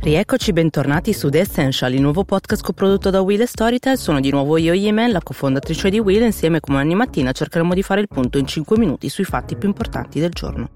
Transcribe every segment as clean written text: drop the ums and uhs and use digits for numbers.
Rieccoci, bentornati su The Essential, il nuovo podcast coprodotto da Will e Storytel. Sono di nuovo io, Yemen, la cofondatrice di Will, e insieme come ogni mattina cercheremo di fare il punto in 5 minuti sui fatti più importanti del giorno.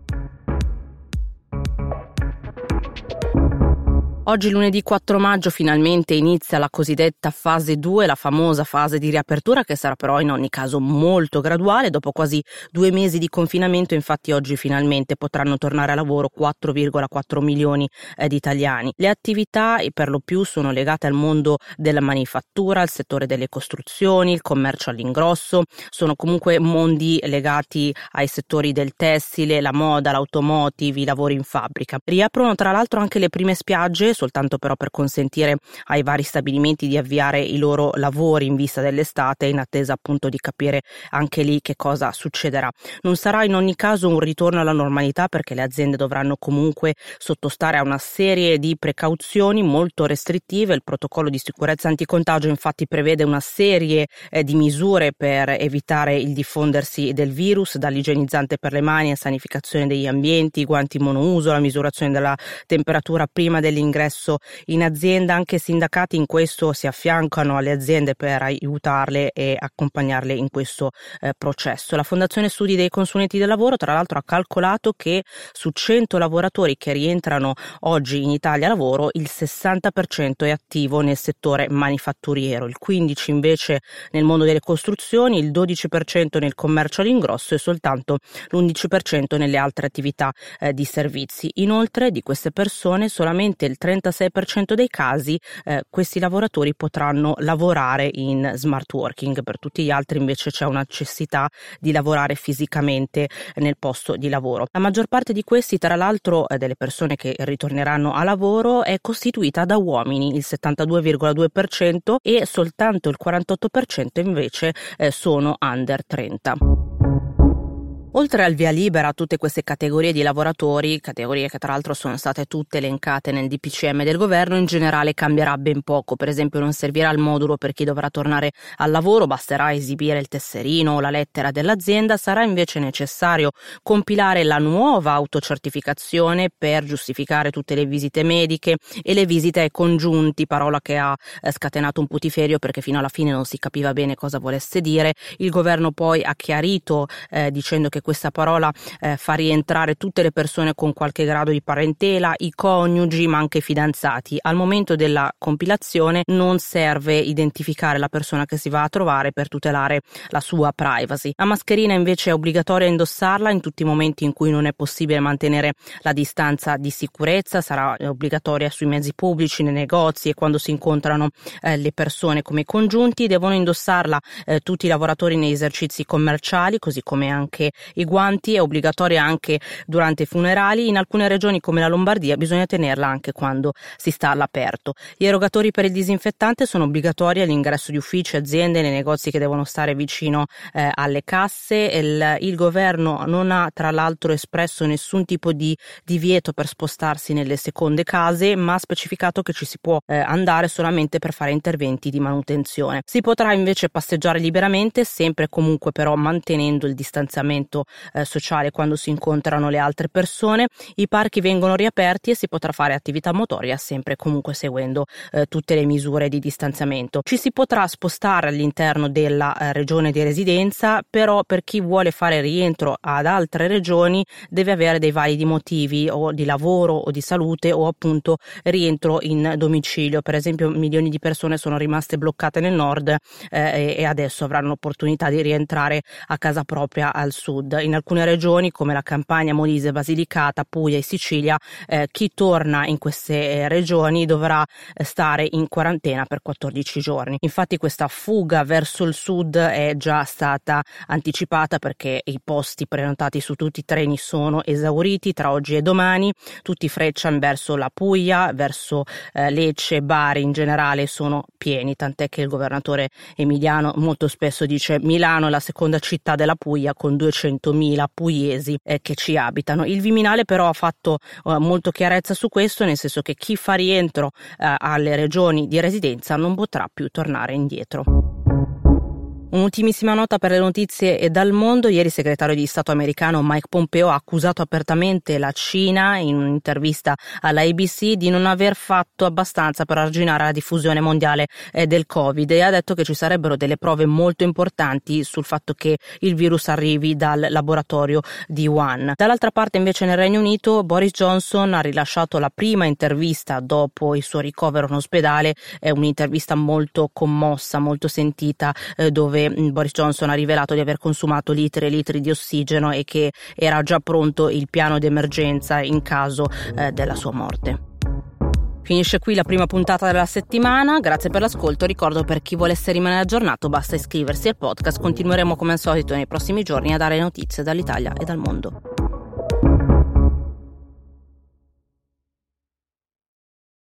Oggi lunedì 4 maggio finalmente inizia la cosiddetta fase 2, la famosa fase di riapertura, che sarà però in ogni caso molto graduale. Dopo quasi 2 mesi di confinamento, infatti, oggi finalmente potranno tornare a lavoro 4,4 milioni di italiani. Le attività per lo più sono legate al mondo della manifattura, al settore delle costruzioni, il commercio all'ingrosso, sono comunque mondi legati ai settori del tessile, la moda, l'automotive, i lavori in fabbrica. Riaprono tra l'altro anche le prime spiagge, soltanto però per consentire ai vari stabilimenti di avviare i loro lavori in vista dell'estate, in attesa appunto di capire anche lì che cosa succederà. Non sarà in ogni caso un ritorno alla normalità, perché le aziende dovranno comunque sottostare a una serie di precauzioni molto restrittive. Il protocollo di sicurezza anticontagio infatti prevede una serie di misure per evitare il diffondersi del virus, dall'igienizzante per le mani a sanificazione degli ambienti, guanti monouso, la misurazione della temperatura prima dell'ingresso in azienda. Anche i sindacati in questo si affiancano alle aziende per aiutarle e accompagnarle in questo processo. La Fondazione Studi dei Consulenti del Lavoro tra l'altro ha calcolato che su 100 lavoratori che rientrano oggi in Italia a lavoro, il 60% è attivo nel settore manifatturiero, il 15% invece nel mondo delle costruzioni, il 12% nel commercio all'ingrosso e soltanto l'11% nelle altre attività di servizi. Inoltre, di queste persone solamente il 36% dei casi questi lavoratori potranno lavorare in smart working. Per tutti gli altri invece c'è una necessità di lavorare fisicamente nel posto di lavoro. La maggior parte di questi, tra l'altro, delle persone che ritorneranno a lavoro è costituita da uomini, il 72,2%, e soltanto il 48% invece sono under 30. Oltre al via libera a tutte queste categorie di lavoratori, categorie che tra l'altro sono state tutte elencate nel DPCM del governo, in generale cambierà ben poco. Per esempio non servirà il modulo per chi dovrà tornare al lavoro, basterà esibire il tesserino o la lettera dell'azienda. Sarà invece necessario compilare la nuova autocertificazione per giustificare tutte le visite mediche e le visite ai congiunti, parola che ha scatenato un putiferio perché fino alla fine non si capiva bene cosa volesse dire. Il governo poi ha chiarito dicendo che questa parola fa rientrare tutte le persone con qualche grado di parentela, i coniugi, ma anche i fidanzati. Al momento della compilazione non serve identificare la persona che si va a trovare per tutelare la sua privacy. La mascherina invece è obbligatoria indossarla in tutti i momenti in cui non è possibile mantenere la distanza di sicurezza, sarà obbligatoria sui mezzi pubblici, nei negozi e quando si incontrano le persone come i congiunti. Devono indossarla tutti i lavoratori negli esercizi commerciali, così come anche i guanti. È obbligatoria anche durante i funerali. In alcune regioni come la Lombardia bisogna tenerla anche quando si sta all'aperto. Gli erogatori per il disinfettante sono obbligatori all'ingresso di uffici, aziende, nei negozi che devono stare vicino alle casse. Il governo non ha tra l'altro espresso nessun tipo di divieto per spostarsi nelle seconde case, ma ha specificato che ci si può andare solamente per fare interventi di manutenzione. Si potrà invece passeggiare liberamente, sempre comunque però mantenendo il distanziamento sociale quando si incontrano le altre persone. I parchi vengono riaperti e si potrà fare attività motoria, sempre comunque seguendo tutte le misure di distanziamento. Ci si potrà spostare all'interno della regione di residenza, però per chi vuole fare rientro ad altre regioni deve avere dei validi motivi o di lavoro o di salute o appunto rientro in domicilio. Per esempio milioni di persone sono rimaste bloccate nel nord e adesso avranno l'opportunità di rientrare a casa propria al sud. In alcune regioni come la Campania, Molise, Basilicata, Puglia e Sicilia chi torna in queste regioni dovrà stare in quarantena per 14 giorni. Infatti questa fuga verso il sud è già stata anticipata perché i posti prenotati su tutti i treni sono esauriti. Tra oggi e domani tutti frecciano verso la Puglia, verso Lecce, Bari in generale sono pieni, tant'è che il governatore emiliano molto spesso dice Milano è la seconda città della Puglia con 200.000 pugliesi che ci abitano. Il Viminale però ha fatto molto chiarezza su questo, nel senso che chi fa rientro alle regioni di residenza non potrà più tornare indietro. Un'ultimissima nota per le notizie e dal mondo. Ieri il segretario di Stato americano Mike Pompeo ha accusato apertamente la Cina in un'intervista alla ABC di non aver fatto abbastanza per arginare la diffusione mondiale del Covid e ha detto che ci sarebbero delle prove molto importanti sul fatto che il virus arrivi dal laboratorio di Wuhan. Dall'altra parte invece nel Regno Unito Boris Johnson ha rilasciato la prima intervista dopo il suo ricovero in ospedale, è un'intervista molto commossa, molto sentita, dove Boris Johnson ha rivelato di aver consumato litri e litri di ossigeno e che era già pronto il piano di emergenza in caso della sua morte. Finisce qui la prima puntata della settimana, grazie per l'ascolto. Ricordo, per chi volesse rimanere aggiornato basta iscriversi al podcast, continueremo come al solito nei prossimi giorni a dare notizie dall'Italia e dal mondo.